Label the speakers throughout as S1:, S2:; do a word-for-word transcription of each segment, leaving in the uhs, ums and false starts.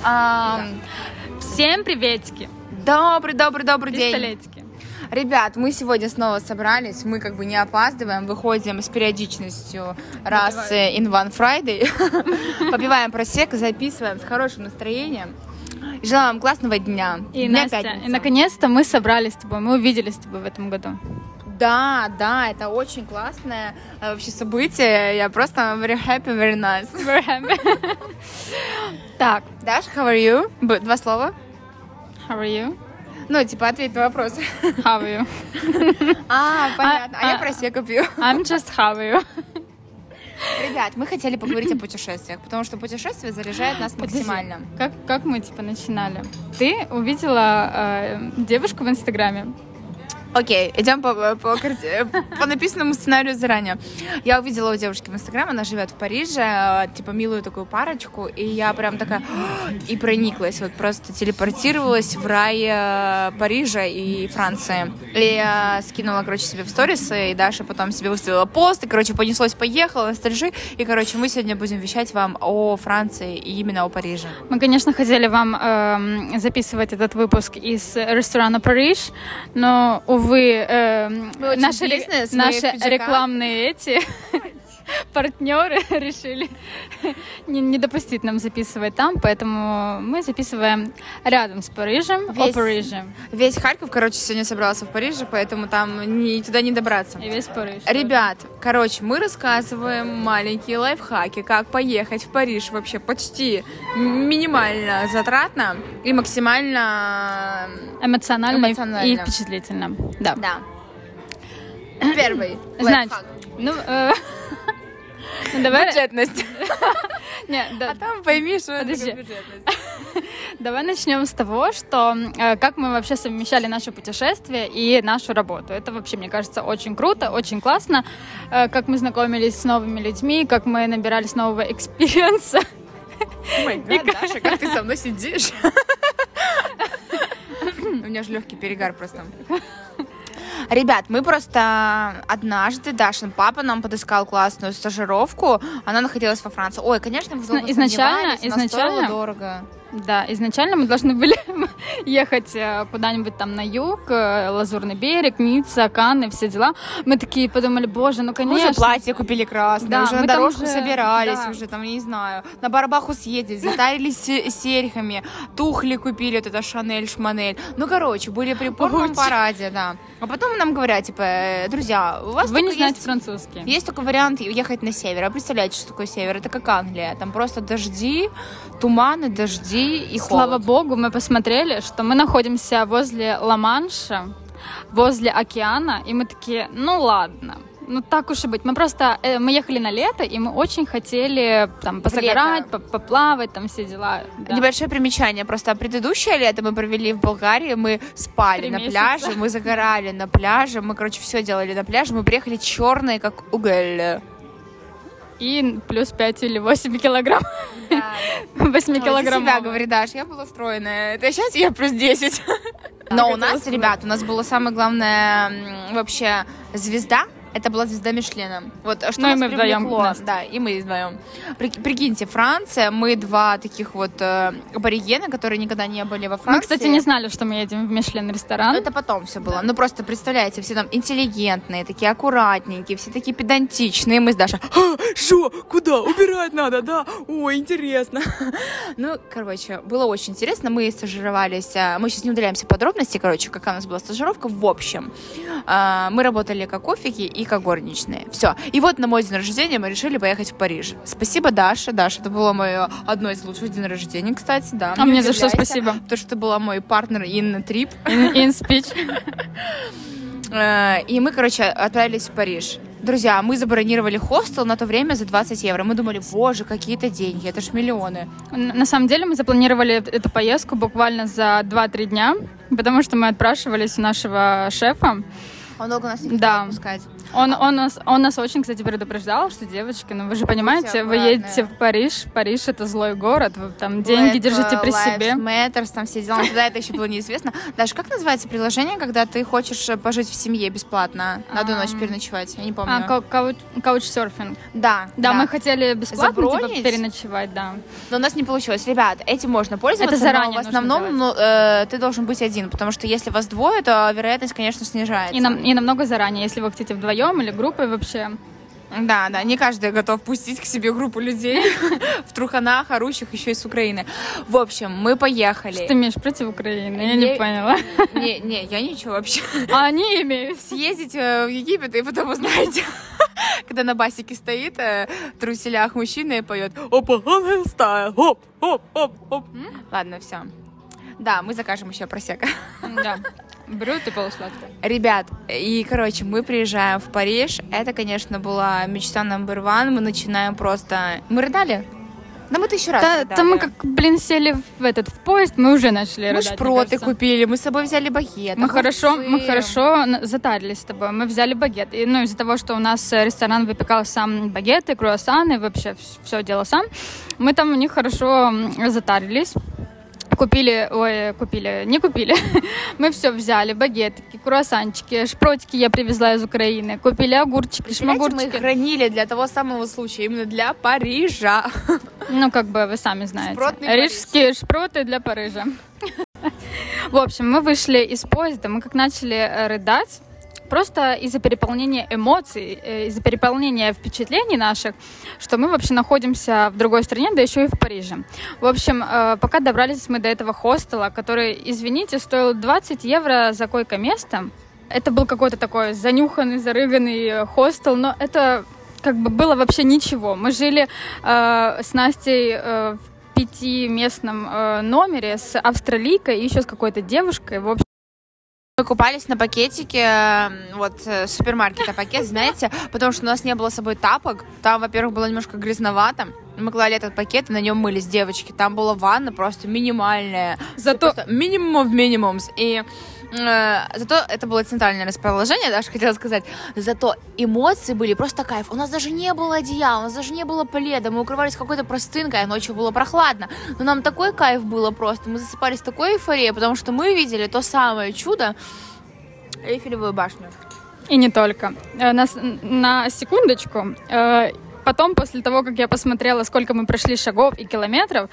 S1: А,
S2: да. Всем приветики.
S1: Добрый, добрый, добрый день.
S2: Пистолетики.
S1: Ребят, мы сегодня снова собрались, мы как бы не опаздываем, выходим с периодичностью раз in one Friday, попиваем просекко, записываем с хорошим настроением. Желаю вам классного дня.
S2: И, Настя, и наконец-то мы собрались с тобой, мы увиделись с тобой в этом году.
S1: Да, да, это очень классное вообще событие. Я просто very happy, very nice.
S2: Very happy. Так.
S1: Даш, how are you? Два слова.
S2: How are you?
S1: Ну, типа, ответь на вопрос.
S2: How are you?
S1: А, понятно. А я просекко пью.
S2: I'm just how are you?
S1: Ребят, мы хотели поговорить о путешествиях, потому что путешествие заряжает нас максимально.
S2: Как, как мы, типа, начинали? Ты увидела э, девушку в Инстаграме.
S1: Окей, okay, идем по, по, по написанному сценарию заранее. Я увидела у девушки в Инстаграм, она живет в Париже, типа милую такую парочку, и я прям такая и прониклась, вот просто телепортировалась в рай Парижа и Франции. И я скинула, короче, себе в сторисы, и Даша потом себе выставила пост, и, короче, понеслось, поехала, ностальжи, и, короче, мы сегодня будем вещать вам о Франции и именно о Париже.
S2: Мы, конечно, хотели вам э, записывать этот выпуск из ресторана Париж, но, увы, э, наши,
S1: бизнес,
S2: наши рекламные эти партнеры решили не, не допустить нам записывать там, поэтому мы записываем рядом с Парижем,
S1: весь,
S2: о Париже.
S1: Весь Харьков, короче, сегодня собрался в Париже, поэтому там не, туда не добраться.
S2: И весь Париж.
S1: Ребят, короче, мы рассказываем маленькие лайфхаки, как поехать в Париж вообще почти минимально затратно и максимально
S2: эмоционально,
S1: эмоционально.
S2: И впечатлительно. Да.
S1: Да. Первый
S2: лайфхак. Ну, э... Ну, давай...
S1: Бюджетность.
S2: Не, да.
S1: А там пойми, что это бюджетность.
S2: Давай начнем с того, что э, как мы вообще совмещали наше путешествие и нашу работу. Это вообще, мне кажется, очень круто, очень классно. Э, как мы знакомились с новыми людьми, как мы набирались нового экспириенса.
S1: Ой, Даша, как ты со мной сидишь? У меня же легкий перегар просто. Ребят, мы просто однажды, Дашин папа нам подыскал классную стажировку, она находилась во Франции. Ой, конечно, мы долго
S2: изначально, изначально
S1: дорого.
S2: Да, изначально мы должны были ехать куда-нибудь там на юг, Лазурный берег, Ницца, Канны, все дела. Мы такие подумали, боже, ну конечно.
S1: Мы уже платье купили красное, да, уже на дорожку уже собирались, да. уже там, не знаю, на Барбаху съездили, затарились серьгами, тухли купили, вот это Шанель, Шманель. Ну, короче, были при полном параде, да. А потом нам говорят, типа, друзья, у вас
S2: вы не знаете
S1: есть,
S2: французский.
S1: Есть только вариант ехать на север. А представляете, что такое север? Это как Англия. Там просто дожди, туманы, дожди и холод.
S2: Слава богу, мы посмотрели, что мы находимся возле Ла-Манша, возле океана, и мы такие, ну ладно. Ну, так уж и быть. Мы просто, э, мы ехали на лето, и мы очень хотели там посогорать, поплавать, там все дела. Да.
S1: Небольшое примечание. Просто предыдущее лето мы провели в Болгарии, мы спали
S2: Три
S1: на
S2: месяца.
S1: пляже, мы загорали на пляже, мы, короче, все делали на пляже, мы приехали черные, как уголь.
S2: И плюс пять или восемь килограмм.
S1: Да.
S2: восемь килограмм.
S1: Себя говори, Даш, я была стройная. Это сейчас я плюс десять. Но у нас, ребят, у нас была самая главная вообще звезда. Это была звезда Мишлена. Вот что
S2: ну,
S1: нас
S2: мы
S1: привлекло. Да, и мы вдвоем. Прикиньте, Франция, мы два таких вот э, аборигена, которые никогда не были во Франции.
S2: Мы, кстати, не знали, что мы едем в Мишлен-ресторан.
S1: Это потом все было. Ну, просто представляете, все там интеллигентные, такие аккуратненькие, все такие педантичные. Мы с Дашей, что, куда, убирать надо, да? Ой, интересно. Ну, короче, было очень интересно. Мы стажировались, мы сейчас не удаляемся в подробности, короче, какая у нас была стажировка. В общем, мы работали как офики и как горничные. Все. И вот на мой день рождения мы решили поехать в Париж. Спасибо, Даша. Даша, это было мое одно из лучших дней рождения, кстати, да.
S2: А мне за что спасибо?
S1: Потому что ты была мой партнер in trip.
S2: In, in speech.
S1: И мы, короче, отправились в Париж. Друзья, мы забронировали хостел на то время за двадцать евро. Мы думали, боже, какие-то деньги, это ж миллионы.
S2: На самом деле мы запланировали эту поездку буквально за два-три дня, потому что мы отпрашивались у нашего шефа.
S1: Он долго нас не хотел
S2: да.
S1: отпускать.
S2: Он, он, нас, он нас очень, кстати, предупреждал, что, девочки, ну вы же понимаете, вы едете в Париж, Париж — это злой город, вы там деньги держите при себе.
S1: Matters, там все дела, тогда это еще было неизвестно. Даже как называется приложение, когда ты хочешь пожить в семье бесплатно, на одну ночь переночевать? Я не помню.
S2: А, каучсерфинг.
S1: Да,
S2: да. Да, мы хотели бесплатно типа, переночевать, да.
S1: Но у нас не получилось. Ребят, этим можно пользоваться,
S2: это заранее
S1: но в основном ну, э, ты должен быть один, потому что если вас двое, то вероятность, конечно, снижается.
S2: И, нам, и намного заранее, если вы хотите вдвоем или группой вообще.
S1: Да, да, не каждый готов пустить к себе группу людей в труханах, орущих еще и с Украины. В общем, мы поехали.
S2: Что ты имеешь против Украины? Я не поняла.
S1: Не, не, я ничего вообще.
S2: А они имеют.
S1: Съездить в Египет и потом узнаете, когда на басике стоит в труселях мужчина и поет «Опа, Gangnam Style, оп, оп, оп, оп». Ладно, все. Да, мы закажем еще просека.
S2: Да. Брют и полусладкое.
S1: Ребят, и, короче, мы приезжаем в Париж. Это, конечно, была мечта номер один. Мы начинаем просто... Мы рыдали? Да мы тысячу раз
S2: да,
S1: рыдали.
S2: Да мы как, блин, сели в этот в поезд, мы уже начали
S1: мы
S2: рыдать.
S1: Мы шпроты купили, мы с собой взяли багет.
S2: Мы хорошо, мы хорошо затарились с тобой. Мы взяли багет. И, ну, из-за того, что у нас ресторан выпекал сам багеты, круассаны, вообще все делал сам, мы там у них хорошо затарились. Купили, ой, купили, не купили. Мы все взяли, багетики, круассанчики, шпротики я привезла из Украины, купили огурчики, шмагурчики.
S1: Мы их хранили для того самого случая, именно для Парижа.
S2: Ну, как бы вы сами знаете.
S1: Шпротный
S2: Рижские Париж. Шпроты для Парижа. В общем, мы вышли из поезда, мы как начали рыдать, просто из-за переполнения эмоций, из-за переполнения впечатлений наших, что мы вообще находимся в другой стране, да еще и в Париже. В общем, пока добрались мы до этого хостела, который, извините, стоил двадцать евро за койко-место. Это был какой-то такой занюханный, зарыганный хостел, но это как бы было вообще ничего. Мы жили э, с Настей э, в пятиместном э, номере с австралийкой и еще с какой-то девушкой. В общем,
S1: мы купались на пакетике, вот, супермаркета пакет, знаете, потому что у нас не было с собой тапок. Там, во-первых, было немножко грязновато. Мы клали этот пакет, и на нем мылись девочки. Там была ванна просто минимальная.
S2: Зато...
S1: Минимум в минимумс. И э, зато это было центральное расположение, даже хотела сказать. Зато эмоции были просто кайф. У нас даже не было одеяла, у нас даже не было пледа. Мы укрывались какой-то простынкой, а ночью было прохладно. Но нам такой кайф было просто. Мы засыпались в такой эйфории, потому что мы видели то самое чудо — Эйфелевую башню.
S2: И не только. На, на секундочку... Э, Потом, после того, как я посмотрела, сколько мы прошли шагов и километров,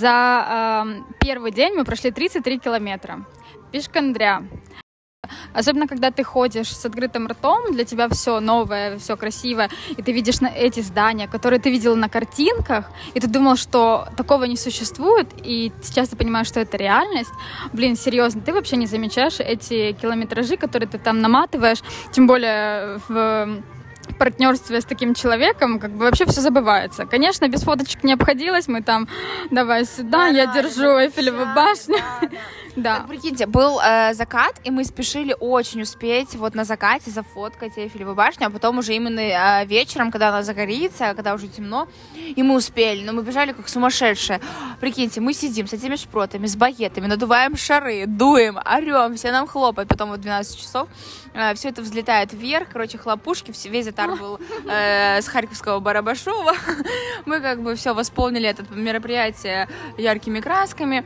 S2: за э, первый день мы прошли тридцать три километра. Пешкандря. Особенно, когда ты ходишь с открытым ртом, для тебя все новое, все красивое, и ты видишь эти здания, которые ты видела на картинках, и ты думал, что такого не существует, и сейчас ты понимаешь, что это реальность. Блин, серьезно, ты вообще не замечаешь эти километражи, которые ты там наматываешь, тем более в... партнерстве с таким человеком, как бы вообще все забывается. Конечно, без фоточек не обходилось, мы там, давай сюда, да, я да, держу Эйфелеву башню. Да, да. Да.
S1: Так, прикиньте, был э, закат, и мы спешили очень успеть вот на закате зафоткать Эйфелеву башню, а потом уже именно э, вечером, когда она загорится, когда уже темно, и мы успели, но мы бежали как сумасшедшие. Прикиньте, мы сидим с этими шпротами, с багетами, надуваем шары, дуем, орем, все нам хлопают, потом вот двенадцать часов э, все это взлетает вверх, короче, хлопушки, весь этап был э, с Харьковского Барабашова. Мы как бы все восполнили это мероприятие яркими красками,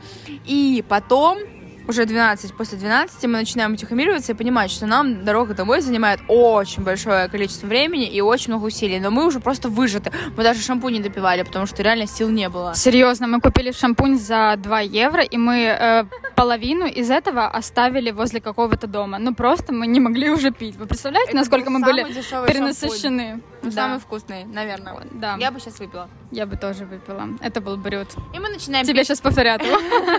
S1: и потом уже двенадцать, после двенадцати мы начинаем утихомириваться и понимать, что нам дорога домой занимает очень большое количество времени и очень много усилий, но мы уже просто выжаты. Мы даже шампунь не допивали, потому что реально сил не было.
S2: Серьезно, мы купили шампунь за два евро, и мы э, половину из этого оставили возле какого-то дома. Ну просто мы не могли уже пить. Вы представляете, это насколько мы были перенасыщены?
S1: Да. Самый вкусный, наверное.
S2: Да.
S1: Я бы сейчас выпила.
S2: Я бы тоже выпила. Это был брют.
S1: И мы начинаем
S2: Тебе пить. Сейчас повторят его.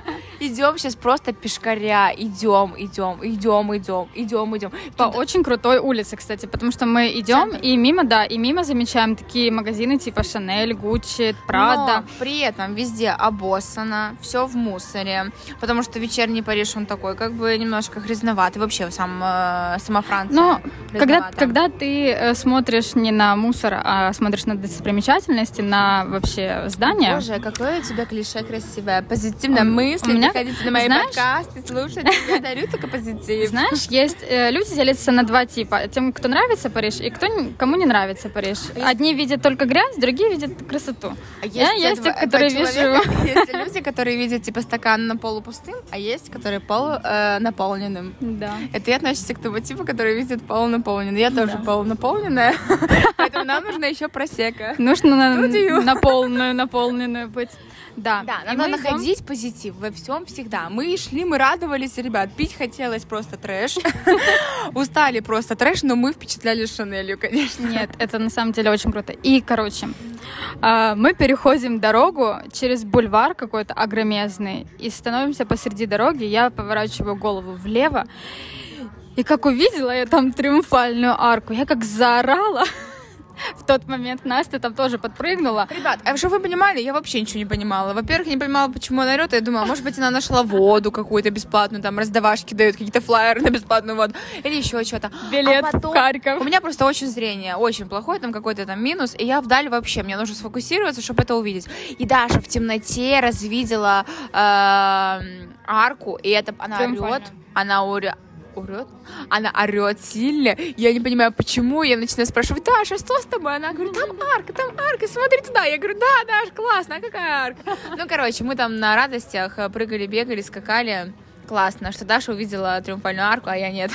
S1: Идем сейчас просто пешкаря. Идем, идем, идем, идем, идем, идем.
S2: По очень крутой улице, кстати, потому что мы идем и мимо, да, и мимо замечаем такие магазины типа Шанель, Гуччи, Прада.
S1: Но при этом везде обоссано, все в мусоре, потому что вечерний Париж, он такой, как бы немножко грязноватый. Вообще сам, э, сама Франция.
S2: Но когда, когда ты э, смотришь не на мусор, а смотришь на достопримечательности, на вообще здания.
S1: Боже, какое у тебя клише красивое. Позитивная мысль.
S2: У меня днях.
S1: Приходите на мои
S2: Знаешь,
S1: подкасты, слушайте, я дарю только позитив.
S2: Знаешь, есть э, люди делятся на два типа. Тем, кто нравится Париж, и кто, кому не нравится Париж. Одни видят только грязь, другие видят красоту.
S1: А
S2: Я есть те, которые вижу...
S1: Есть люди, которые видят типа стакан на полупустым, а есть, которые полу э, наполненным.
S2: Да.
S1: Это ты относишься к тому типу, который видит полунаполненный. Я тоже да. полунаполненная, поэтому нам нужно еще просека.
S2: Нужно на, на полную наполненную быть. Да,
S1: да надо находить идем... позитив во всем всегда. Мы шли, мы радовались, ребят, пить хотелось просто трэш. Устали просто трэш, но мы впечатляли Шанелью, конечно.
S2: Нет, это на самом деле очень круто. И, короче, мы переходим дорогу через бульвар какой-то огромезный и становимся посреди дороги. Я поворачиваю голову влево. И как увидела я там триумфальную арку, я как заорала. В тот момент Настя там тоже подпрыгнула.
S1: Ребят, а что вы понимали? Я вообще ничего не понимала. Во-первых, я не понимала, почему она орёт. Я думала, может быть, она нашла воду какую-то бесплатную, там раздавашки дают, какие-то флаеры на бесплатную воду или еще что-то.
S2: Билет
S1: а потом...
S2: в Харьков.
S1: У меня просто очень зрение, очень плохое, там какой-то там минус, и я вдаль вообще, мне нужно сфокусироваться, чтобы это увидеть. И Даша в темноте развидела э, арку, и это она орёт, она орёт. Урет? Она орет сильно. Я не понимаю, почему. Я начинаю спрашивать: Даша, что с тобой? Она говорит: там арка, там арка, смотри туда. Я говорю: да, Даша, классно, а какая арка? Ну, короче, мы там на радостях прыгали, бегали, скакали. Классно, что Даша увидела триумфальную арку, а я нет.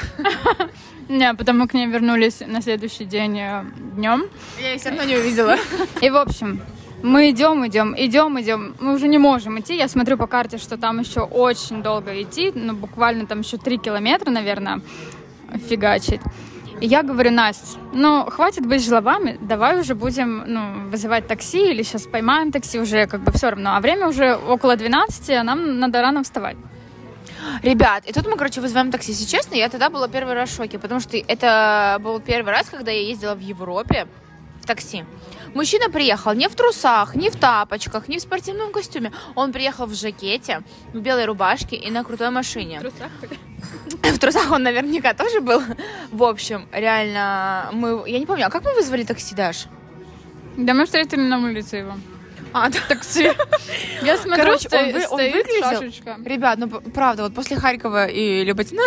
S2: Не, потом мы к ней вернулись на следующий день днем.
S1: Я ее все равно не увидела.
S2: И, в общем... Мы идем, идем, идем, идем. Мы уже не можем идти. Я смотрю по карте, что там еще очень долго идти. Ну, буквально там еще три километра, наверное, фигачить. И я говорю: Настя, ну, хватит быть жлобами. Давай уже будем, ну, вызывать такси или сейчас поймаем такси. Уже как бы все равно. А время уже около двенадцати, а нам надо рано вставать.
S1: Ребят, и тут мы, короче, вызываем такси. Если честно, я тогда была первый раз в шоке, потому что это был первый раз, когда я ездила в Европе в такси. Мужчина приехал не в трусах, не в тапочках, не в спортивном костюме. Он приехал в жакете, в белой рубашке и на крутой машине.
S2: В трусах?
S1: В трусах он наверняка тоже был. В общем, реально, мы... Я не помню, а как мы вызвали такси, Даш?
S2: Да мы встретили на улице его.
S1: А, такси.
S2: Я смотрю,
S1: короче,
S2: сто...
S1: он, вы, он выглядел...
S2: шашечка.
S1: Ребят, ну правда, вот после Харькова и Люботина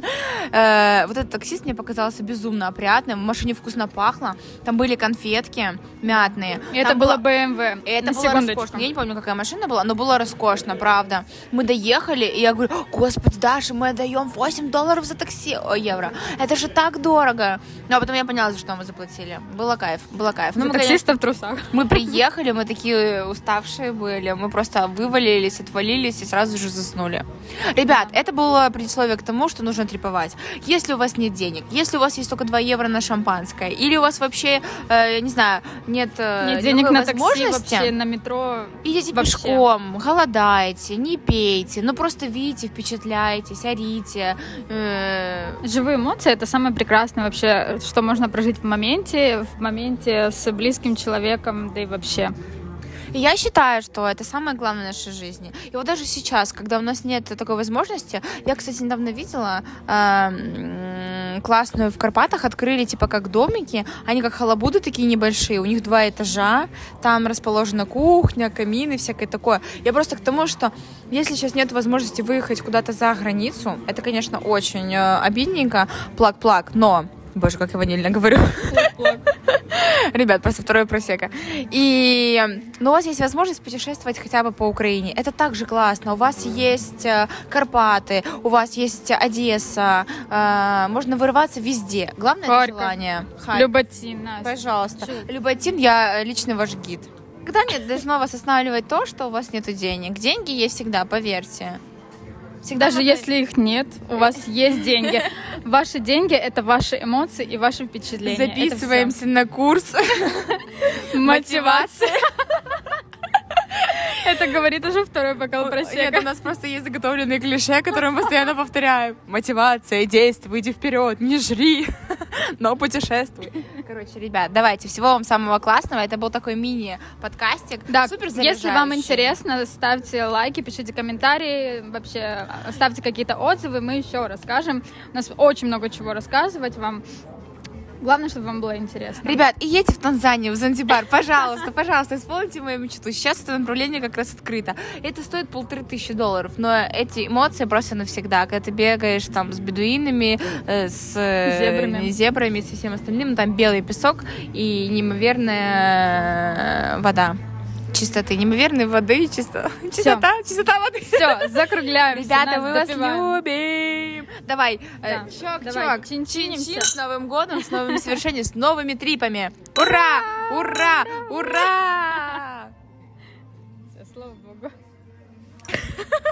S1: э, вот этот таксист мне показался безумно опрятным. В машине вкусно пахло. Там были конфетки мятные.
S2: И это было бэ эм вэ.
S1: Это было роскошно. Я не помню, какая машина была, но было роскошно, правда. Мы доехали, и я говорю: господи, Даша, мы отдаем восемь долларов за такси. О, евро. Это же так дорого. Ну, а потом я поняла, за что мы заплатили. Было кайф, было кайф.
S2: Ну, мы, таксиста в трусах.
S1: Мы приехали, мы такие уставшие были, мы просто вывалились, отвалились и сразу же заснули. Ребят, это было предисловие к тому, что нужно треповать. Если у вас нет денег, если у вас есть только два евро на шампанское, или у вас вообще, э, не знаю, нет,
S2: нет денег на такси, вообще на метро,
S1: идите вообще пешком, голодаете, не пейте, ну просто видите, впечатляйтесь, орите. Э...
S2: Живые эмоции — это самое прекрасное вообще, что можно прожить в моменте, в моменте с близким человеком, да и вообще.
S1: И я считаю, что это самое главное в нашей жизни. И вот даже сейчас, когда у нас нет такой возможности, я, кстати, недавно видела э, классную в Карпатах, открыли типа как домики, они как халабуды такие небольшие, у них два этажа, там расположена кухня, камин и всякое такое. Я просто к тому, что если сейчас нет возможности выехать куда-то за границу, это, конечно, очень э, обидненько, плак-плак, но... Боже, как я ванильно говорю. Ребят, просто второе просека. И, но у вас есть возможность путешествовать хотя бы по Украине. Это также классно. У вас есть Карпаты, у вас есть Одесса. Э, можно вырываться везде. Главное — это желание.
S2: Люботин, Настя.
S1: Пожалуйста. Люботин, я личный ваш гид. Когда не должно вас останавливать то, что у вас нет денег. Деньги есть всегда, поверьте.
S2: Всегда Даже если их нет, у вас есть деньги. Ваши деньги — это ваши эмоции и ваши впечатления.
S1: Записываемся на курс мотивации.
S2: Это говорит уже второй бокал просека.
S1: Нет, у нас просто есть заготовленные клише, которые мы постоянно повторяем. Мотивация, действуй, иди вперед, не жри, но путешествуй. Короче, ребят, давайте, всего вам самого классного. Это был такой мини-подкастик.
S2: Да,
S1: супер
S2: если вам интересно, ставьте лайки, пишите комментарии, вообще ставьте какие-то отзывы, мы еще расскажем. У нас очень много чего рассказывать вам. Главное, чтобы вам было интересно.
S1: Ребят, и едьте в Танзанию, в Занзибар, пожалуйста, пожалуйста, исполните мою мечту. Сейчас это направление как раз открыто. Это стоит полторы тысячи долларов, но эти эмоции просто навсегда. Когда ты бегаешь там с бедуинами, э, с
S2: зебрами.
S1: Э, зебрами, со всем остальным, там белый песок и неимоверная вода. Чистоты, неимоверной воды, чисто... чистота, чистота воды.
S2: Все, закругляемся.
S1: Ребята, мы вас
S2: допиваем.
S1: любим. Давай,
S2: Да.
S1: э, чок,
S2: Давай,
S1: чок,
S2: чин-чинимся.
S1: чин-чин, с Новым годом, с новыми совершениями, с новыми трипами. Ура, ура, ура!
S2: Все, слава богу.